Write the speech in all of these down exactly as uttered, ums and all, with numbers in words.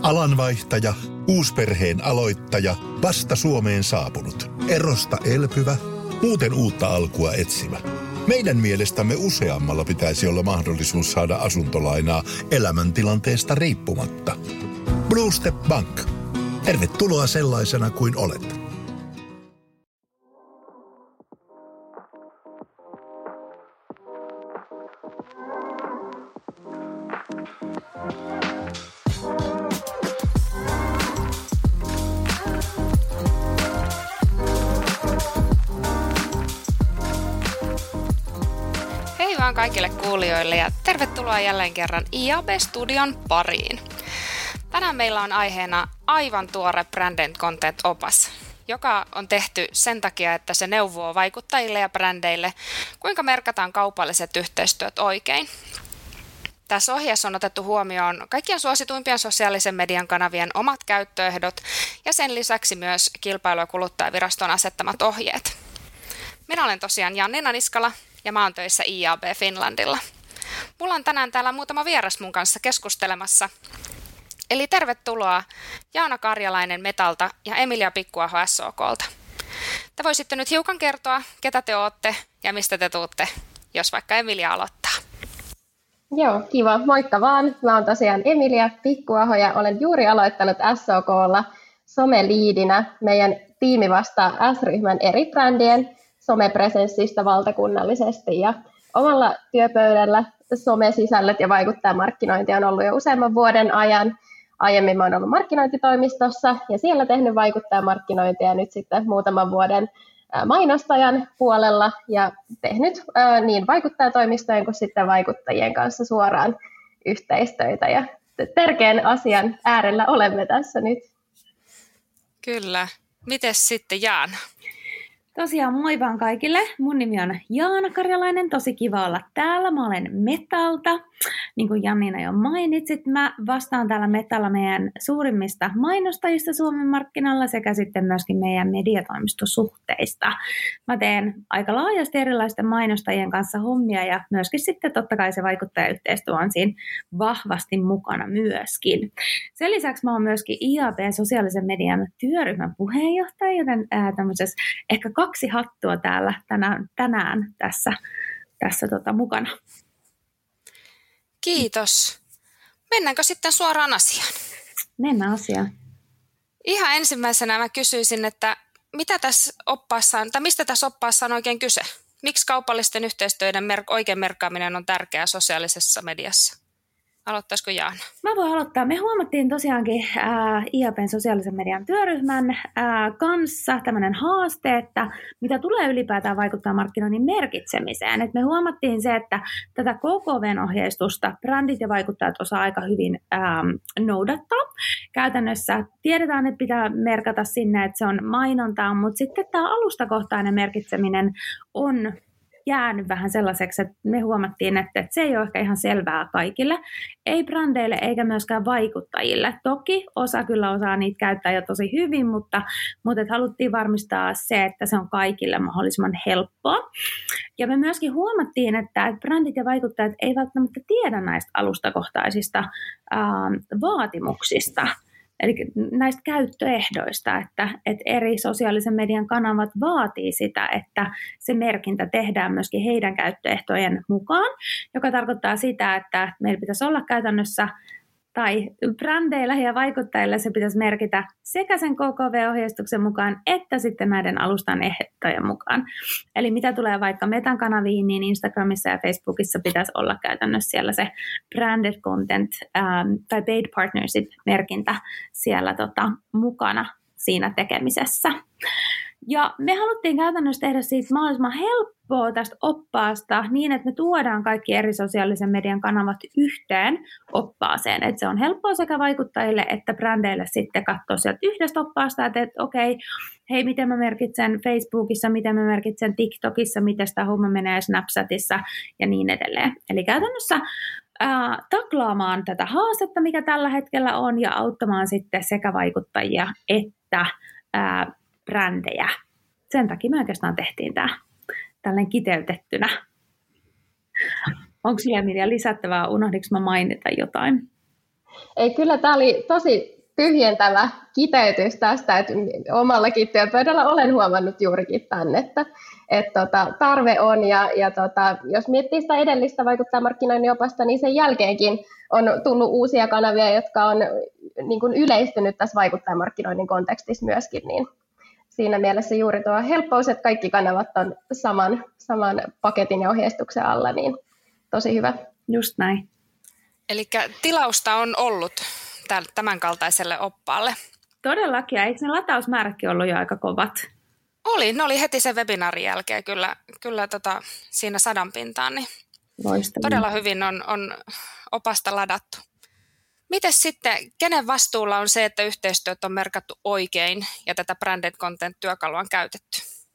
Alanvaihtaja, uusperheen aloittaja, vasta Suomeen saapunut, erosta elpyvä, muuten uutta alkua etsimä. Meidän mielestämme useammalla pitäisi olla mahdollisuus saada asuntolainaa elämäntilanteesta riippumatta. Blue Step Bank. Tervetuloa sellaisena kuin olet. Hei vaan kaikille kuulijoille ja tervetuloa jälleen kerran I A B-studion pariin. Tänään meillä on aiheena aivan tuore Brand Content-opas, joka on tehty sen takia, että se neuvoo vaikuttajille ja brändeille, kuinka merkataan kaupalliset yhteistyöt oikein. Tässä ohjeessa on otettu huomioon kaikkien suosituimpien sosiaalisen median kanavien omat käyttöehdot ja sen lisäksi myös Kilpailu- ja kuluttajaviraston asettamat ohjeet. Minä olen tosiaan Jannina Niskala ja mä oon töissä I A B Finlandilla. Mulla on tänään täällä muutama vieras mun kanssa keskustelemassa. Eli tervetuloa Jaana Karjalainen Metalta ja Emilia Pikkuaho S O K:lta. Te voisitte nyt hiukan kertoa, ketä te ootte ja mistä te tuutte, jos vaikka Emilia aloittaa. Joo, kiva. Moikka vaan. Mä oon tosiaan Emilia Pikkuaho ja olen juuri aloittanut S O K:lla someliidinä. Meidän tiimi vastaa S-ryhmän eri brändien somepresenssistä valtakunnallisesti ja omalla työpöydällä somesisällöt ja vaikuttajamarkkinointi on ollut jo useamman vuoden ajan. Aiemmin mä oon ollut markkinointitoimistossa ja siellä tehnyt vaikuttajamarkkinointia ja nyt sitten muutaman vuoden mainostajan puolella ja tehnyt niin vaikuttajatoimistojen kuin sitten vaikuttajien kanssa suoraan yhteistöitä ja tärkeän asian äärellä olemme tässä nyt. Kyllä. Mites sitten Jaana? Tosiaan moi vaan kaikille. Mun nimi on Jaana Karjalainen. Tosi kiva olla täällä. Mä olen Metalta. Niin kuin Jannina jo mainitsit, mä vastaan täällä Metalla meidän suurimmista mainostajista Suomen markkinalla sekä sitten myöskin meidän mediatoimistosuhteista. Mä teen aika laajasti erilaisten mainostajien kanssa hommia ja myöskin sitten totta kai se vaikuttajayhteistyö on siinä vahvasti mukana myöskin. Sen lisäksi mä oon myöskin I A B sosiaalisen median työryhmän puheenjohtaja, joten ää, tämmöisessä ehkä kaksi hattua täällä tänään, tänään tässä, tässä tota, mukana. Kiitos. Mennäänkö sitten suoraan asiaan? Mennään asiaan. Ihan ensimmäisenä mä kysyisin, että mitä tässä oppaassa on, tai mistä tässä oppaassa on oikein kyse? Miksi kaupallisten yhteistyöiden mer- oikein merkkaaminen on tärkeää sosiaalisessa mediassa? Aloittaisiko Jaana? Mä voin aloittaa. Me huomattiin tosiaankin ää, I A B:n sosiaalisen median työryhmän ää, kanssa tämmöinen haaste, että mitä tulee ylipäätään vaikuttaa markkinoinnin merkitsemiseen. Et me huomattiin se, että tätä K K V:n ohjeistusta brändit ja vaikuttajat osaa aika hyvin ää, noudattaa. Käytännössä tiedetään, että pitää merkata sinne, että se on mainontaa, mutta sitten tämä alustakohtainen merkitseminen on jäänyt vähän sellaiseksi, että me huomattiin, että se ei ole ehkä ihan selvää kaikille, ei brändeille eikä myöskään vaikuttajille. Toki osa kyllä osaa niitä käyttää jo tosi hyvin, mutta, mutta että haluttiin varmistaa se, että se on kaikille mahdollisimman helppoa. Ja me myöskin huomattiin, että brändit ja vaikuttajat ei välttämättä tiedä näistä alustakohtaisista ää, vaatimuksista. Eli näistä käyttöehdoista, että, että eri sosiaalisen median kanavat vaatii sitä, että se merkintä tehdään myöskin heidän käyttöehtojen mukaan, joka tarkoittaa sitä, että meillä pitäisi olla käytännössä tai brändeillä ja vaikuttajilla se pitäisi merkitä sekä sen K K V-ohjeistuksen mukaan että sitten näiden alustan ehtojen mukaan. Eli mitä tulee vaikka Metan kanaviin, niin Instagramissa ja Facebookissa pitäisi olla käytännössä siellä se branded content ähm, tai paid partnership-merkintä siellä tota, mukana siinä tekemisessä. Ja me haluttiin käytännössä tehdä siitä mahdollisimman helppoa tästä oppaasta niin, että me tuodaan kaikki eri sosiaalisen median kanavat yhteen oppaaseen. Että se on helppoa sekä vaikuttajille että brändeille sitten katsoa sieltä yhdestä oppaasta, että, että okei, hei, miten mä merkitsen Facebookissa, miten mä merkitsen TikTokissa, miten sitä homma menee Snapchatissa ja niin edelleen. Eli käytännössä Äh, taklaamaan tätä haastetta, mikä tällä hetkellä on, ja auttamaan sitten sekä vaikuttajia että äh, brändejä. Sen takia me oikeastaan tehtiin tämä tällainen kiteytettynä. Onko sinulla Emilia lisättävää? Unohdinko mä mainita jotain? Ei, kyllä tämä oli tosi tyhjentävä kiteytys tästä, että omallakin työpöydällä olen huomannut juurikin tämän, että et tota, tarve on, ja, ja tota, jos miettii sitä edellistä vaikuttaa markkinoinnin opasta, niin sen jälkeenkin on tullut uusia kanavia, jotka on niin kuin yleistynyt tässä vaikuttajamarkkinoinnin kontekstissa myöskin, niin siinä mielessä juuri tuo helppous, että kaikki kanavat on saman, saman paketin ja ohjeistuksen alla, niin tosi hyvä. Just näin. Eli tilausta on ollut tämän kaltaiselle oppaalle. Todellakin, ja eikö ne latausmäärätkin ollut jo aika kovat? Oli, ne oli heti sen webinaarin jälkeen kyllä, kyllä tota, siinä sadan pintaan, niin Loistavia. Todella hyvin on, on opasta ladattu. Mites sitten, kenen vastuulla on se, että yhteistyöt on merkattu oikein ja tätä branded content-työkalua on käytetty?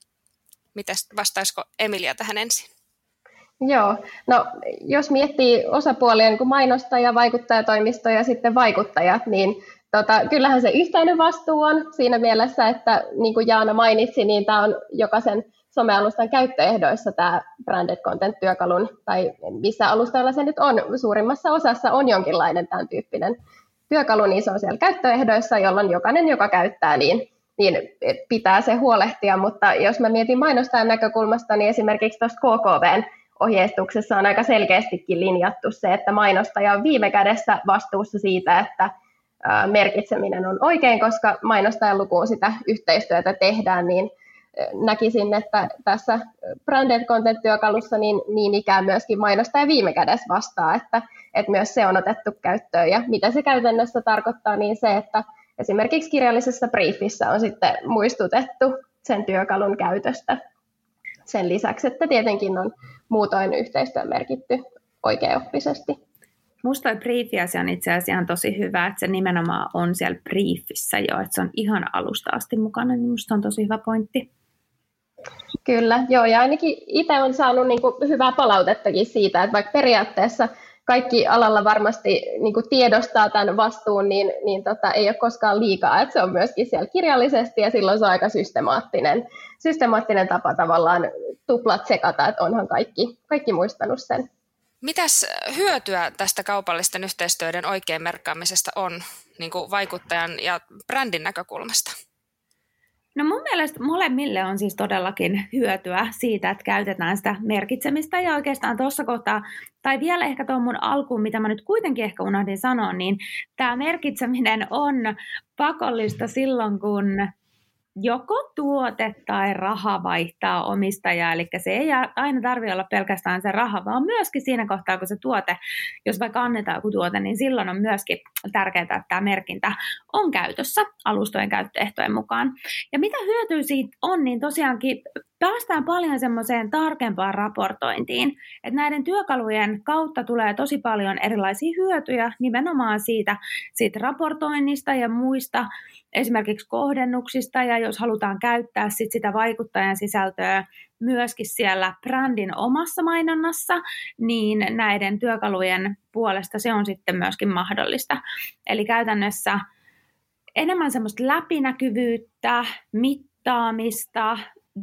Mites, vastaisiko Emilia tähän ensin? Joo, no jos miettii osapuolia, niin kuin mainostaja, vaikuttajatoimisto ja sitten vaikuttajat, niin tota, kyllähän se yhteinen vastuu on siinä mielessä, että niin kuin Jaana mainitsi, niin tämä on jokaisen somealustan käyttöehdoissa tämä branded content-työkalun, tai missä alustalla se nyt on, suurimmassa osassa on jonkinlainen tämän tyyppinen työkalu, niin se on siellä käyttöehdoissa, jolloin jokainen, joka käyttää, niin, niin pitää se huolehtia, mutta jos mä mietin mainostajan näkökulmasta, niin esimerkiksi tuossa K K V:n ohjeistuksessa on aika selkeästikin linjattu se, että mainostaja on viime kädessä vastuussa siitä, että merkitseminen on oikein, koska mainostajan lukuun sitä yhteistyötä tehdään, niin näkisin, että tässä branded content-työkalussa niin, niin ikään myöskin mainostaja viime kädessä vastaa, että, että myös se on otettu käyttöön. Ja mitä se käytännössä tarkoittaa, niin se, että esimerkiksi kirjallisessa briefissä on sitten muistutettu sen työkalun käytöstä. Sen lisäksi, että tietenkin on muutoin yhteistyö merkitty oikeaoppisesti. Musta toi briefi-asia on itse asiassa tosi hyvä, että se nimenomaan on siellä briefissä jo, että se on ihan alusta asti mukana, niin musta on tosi hyvä pointti. Kyllä, joo, ja ainakin itse olen saanut niin kuin hyvää palautettakin siitä, että vaikka periaatteessa kaikki alalla varmasti niin kuin tiedostaa tämän vastuun, niin, niin tota, ei ole koskaan liikaa, että se on myöskin siellä kirjallisesti, ja silloin se on aika systemaattinen, systemaattinen tapa tavallaan tuplat sekata, että onhan kaikki, kaikki muistanut sen. Mitäs hyötyä tästä kaupallisten yhteistyöiden oikein merkkaamisesta on niin kuin vaikuttajan ja brändin näkökulmasta? No mun mielestä molemmille on siis todellakin hyötyä siitä, että käytetään sitä merkitsemistä, ja oikeastaan tuossa kohtaa, tai vielä ehkä tuon mun alkuun, mitä mä nyt kuitenkin ehkä unohdin sanoa, niin tämä merkitseminen on pakollista silloin, kun joko tuote tai raha vaihtaa omistajaa, eli se ei aina tarvitse olla pelkästään se raha, vaan myöskin siinä kohtaa, kun se tuote, jos vaikka annetaan joku tuote, niin silloin on myöskin tärkeää, että tämä merkintä on käytössä alustojen käyttöehtojen mukaan. Ja mitä hyötyä siitä on, niin tosiaankin päästään paljon semmoiseen tarkempaan raportointiin, että näiden työkalujen kautta tulee tosi paljon erilaisia hyötyjä nimenomaan siitä, siitä raportoinnista ja muista esimerkiksi kohdennuksista, ja jos halutaan käyttää sit sitä vaikuttajan sisältöä myöskin siellä brändin omassa mainonnassa, niin näiden työkalujen puolesta se on sitten myöskin mahdollista. Eli käytännössä enemmän semmoista läpinäkyvyyttä, mittaamista,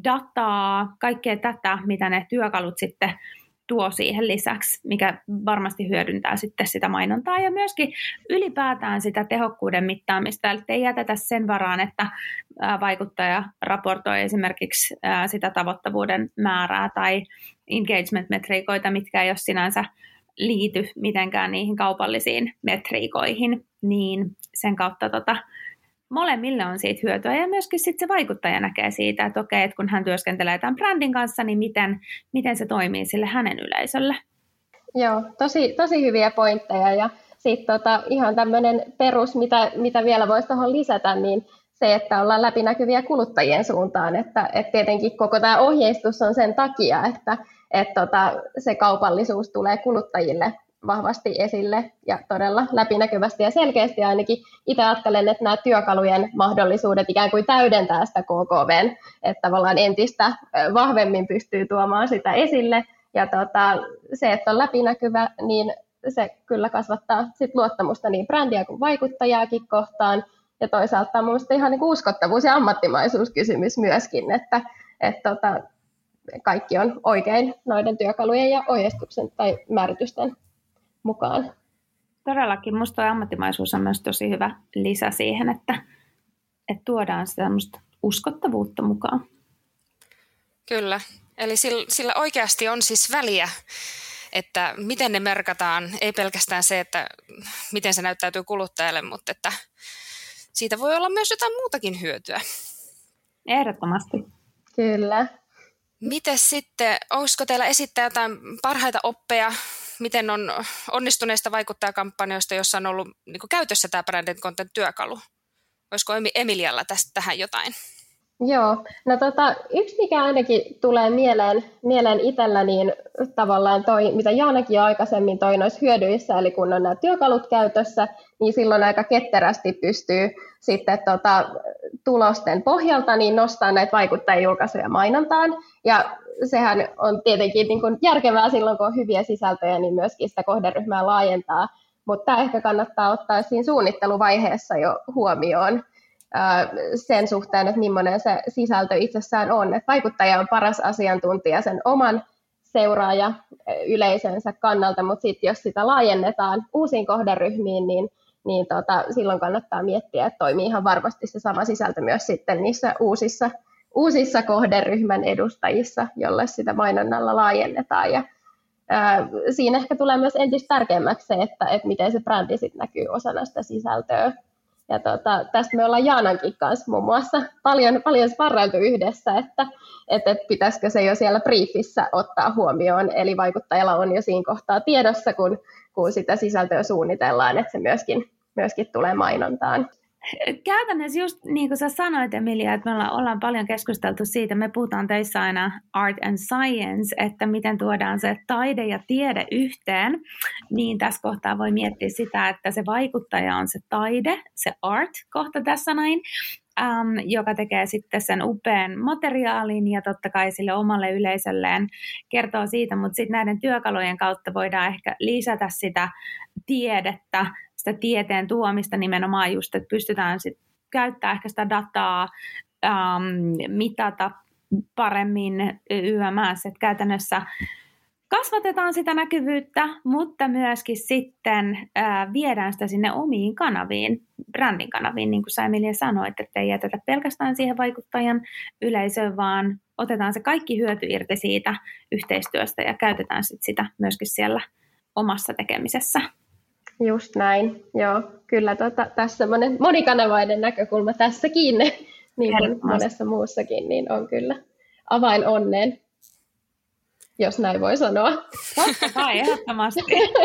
dataa, kaikkea tätä, mitä ne työkalut sitten tuo siihen lisäksi, mikä varmasti hyödyntää sitten sitä mainontaa ja myöskin ylipäätään sitä tehokkuuden mittaamista, eli ei jätetä sen varaan, että vaikuttaja raportoi esimerkiksi sitä tavoittavuuden määrää tai engagement-metriikoita, mitkä ei ole sinänsä liity mitenkään niihin kaupallisiin metriikoihin, niin sen kautta tota, molemmille on siitä hyötyä, ja myöskin sitten se vaikuttaja näkee siitä, että okei, että kun hän työskentelee tämän brändin kanssa, niin miten, miten se toimii sille hänen yleisölle. Joo, tosi, tosi hyviä pointteja, ja sitten tota, ihan tämmöinen perus, mitä, mitä vielä voisi tuohon lisätä, niin se, että ollaan läpinäkyviä kuluttajien suuntaan, että et tietenkin koko tämä ohjeistus on sen takia, että et tota, se kaupallisuus tulee kuluttajille vahvasti esille ja todella läpinäkyvästi ja selkeästi. Ainakin itse ajattelen, että nämä työkalujen mahdollisuudet ikään kuin täydentää sitä K K V:n, että tavallaan entistä vahvemmin pystyy tuomaan sitä esille. Ja tota, se, että on läpinäkyvä, niin se kyllä kasvattaa sit luottamusta niin brändiä kuin vaikuttajaakin kohtaan. Ja toisaalta on mielestäni ihan niin uskottavuus- ja ammattimaisuuskysymys myöskin, että et tota, kaikki on oikein noiden työkalujen ja ohjeistuksen tai määritysten mukaan. Todellakin. Musta tuo ammattimaisuus on myös tosi hyvä lisä siihen, että, että tuodaan sitä uskottavuutta mukaan. Kyllä. Eli sillä, sillä oikeasti on siis väliä, että miten ne merkataan. Ei pelkästään se, että miten se näyttäytyy kuluttajalle, mutta että siitä voi olla myös jotain muutakin hyötyä. Ehdottomasti. Kyllä. Miten sitten, olisiko teillä esittää jotain parhaita oppeja, miten on onnistuneista vaikuttajakampanjoista, jossa on ollut niin kuin käytössä tämä branded content-työkalu? Olisiko Emilialla tästä tähän jotain? Joo, no tota, yksi mikä ainakin tulee mieleen, mieleen itsellä, niin tavallaan toi, mitä Jaanakin jo aikaisemmin toi noissa hyödyissä, eli kun on nämä työkalut käytössä, niin silloin aika ketterästi pystyy sitten tota, tulosten pohjalta niin nostaa näitä vaikuttajajulkaisuja mainontaan, ja sehän on tietenkin niin kuin järkevää silloin, kun on hyviä sisältöjä, niin myöskin sitä kohderyhmää laajentaa, mutta tämä ehkä kannattaa ottaa siinä suunnitteluvaiheessa jo huomioon sen suhteen, että millainen se sisältö itsessään on. Että vaikuttaja on paras asiantuntija sen oman seuraaja yleisönsä kannalta, mutta sitten jos sitä laajennetaan uusiin kohderyhmiin, niin, niin tota, silloin kannattaa miettiä, että toimii ihan varmasti se sama sisältö myös sitten niissä uusissa, uusissa kohderyhmän edustajissa, jolle sitä mainonnalla laajennetaan. Ja, ää, siinä ehkä tulee myös entistä tärkeämmäksi se, että, että miten se brändi sitten näkyy osana sitä sisältöä. Ja tota, tästä me ollaan Jaanankin kanssa muun muassa paljon, paljon sparrailtu yhdessä, että, että pitäisikö se jo siellä briefissä ottaa huomioon. Eli vaikuttajalla on jo siinä kohtaa tiedossa, kun, kun sitä sisältöä suunnitellaan, että se myöskin, myöskin tulee mainontaan. Käytännössä just niin kuin sä sanoit, Emilia, että me ollaan, ollaan paljon keskusteltu siitä, me puhutaan töissä aina art and science, että miten tuodaan se taide ja tiede yhteen, niin tässä kohtaa voi miettiä sitä, että se vaikuttaja on se taide, se art kohta tässä näin, äm, joka tekee sitten sen upean materiaalin ja totta kai sille omalle yleisölleen kertoo siitä, mutta sitten näiden työkalujen kautta voidaan ehkä lisätä sitä tiedettä, sitä tieteen tuomista nimenomaan just, että pystytään sit käyttämään ehkä sitä dataa, ähm, mitata paremmin yömäänsä, että käytännössä kasvatetaan sitä näkyvyyttä, mutta myöskin sitten äh, viedään sitä sinne omiin kanaviin, brändin kanaviin, niin kuin sä Emilia sanoit, että ei jätetä pelkästään siihen vaikuttajan yleisöön, vaan otetaan se kaikki hyöty irti siitä yhteistyöstä ja käytetään sit sitä myöskin siellä omassa tekemisessä. Just näin, joo. Kyllä tota, tässä semmoinen monikanavainen näkökulma tässäkin, niin kuin monessa muussakin, niin on kyllä avain onneen, jos näin voi sanoa. Totta kai, ehdottomasti.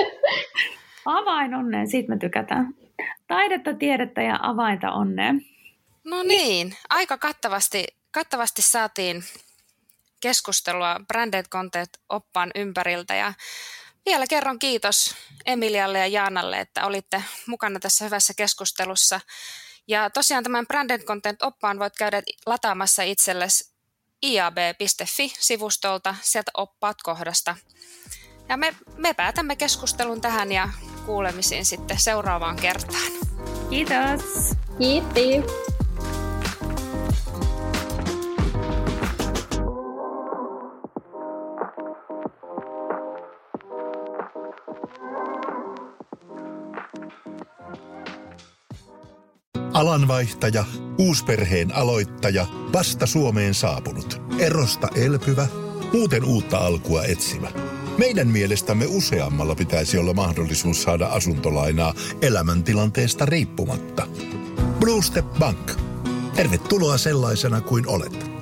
Avain onneen, siitä me tykätään. Taidetta, tiedettä ja avainta onneen. No niin, aika kattavasti, kattavasti saatiin keskustelua Branded Content-oppaan ympäriltä ja vielä kerron kiitos Emilialle ja Jaanalle, että olitte mukana tässä hyvässä keskustelussa. Ja tosiaan tämän Branded Content-oppaan voit käydä lataamassa itsellesi i a b piste f i-sivustolta sieltä oppaat kohdasta. Ja me, me päätämme keskustelun tähän ja kuulemisiin sitten seuraavaan kertaan. Kiitos! Kiitti! Alanvaihtaja, uusperheen aloittaja, vasta Suomeen saapunut, erosta elpyvä, muuten uutta alkua etsimä. Meidän mielestämme useammalla pitäisi olla mahdollisuus saada asuntolainaa elämäntilanteesta riippumatta. Blue Step Bank. Tervetuloa sellaisena kuin olet.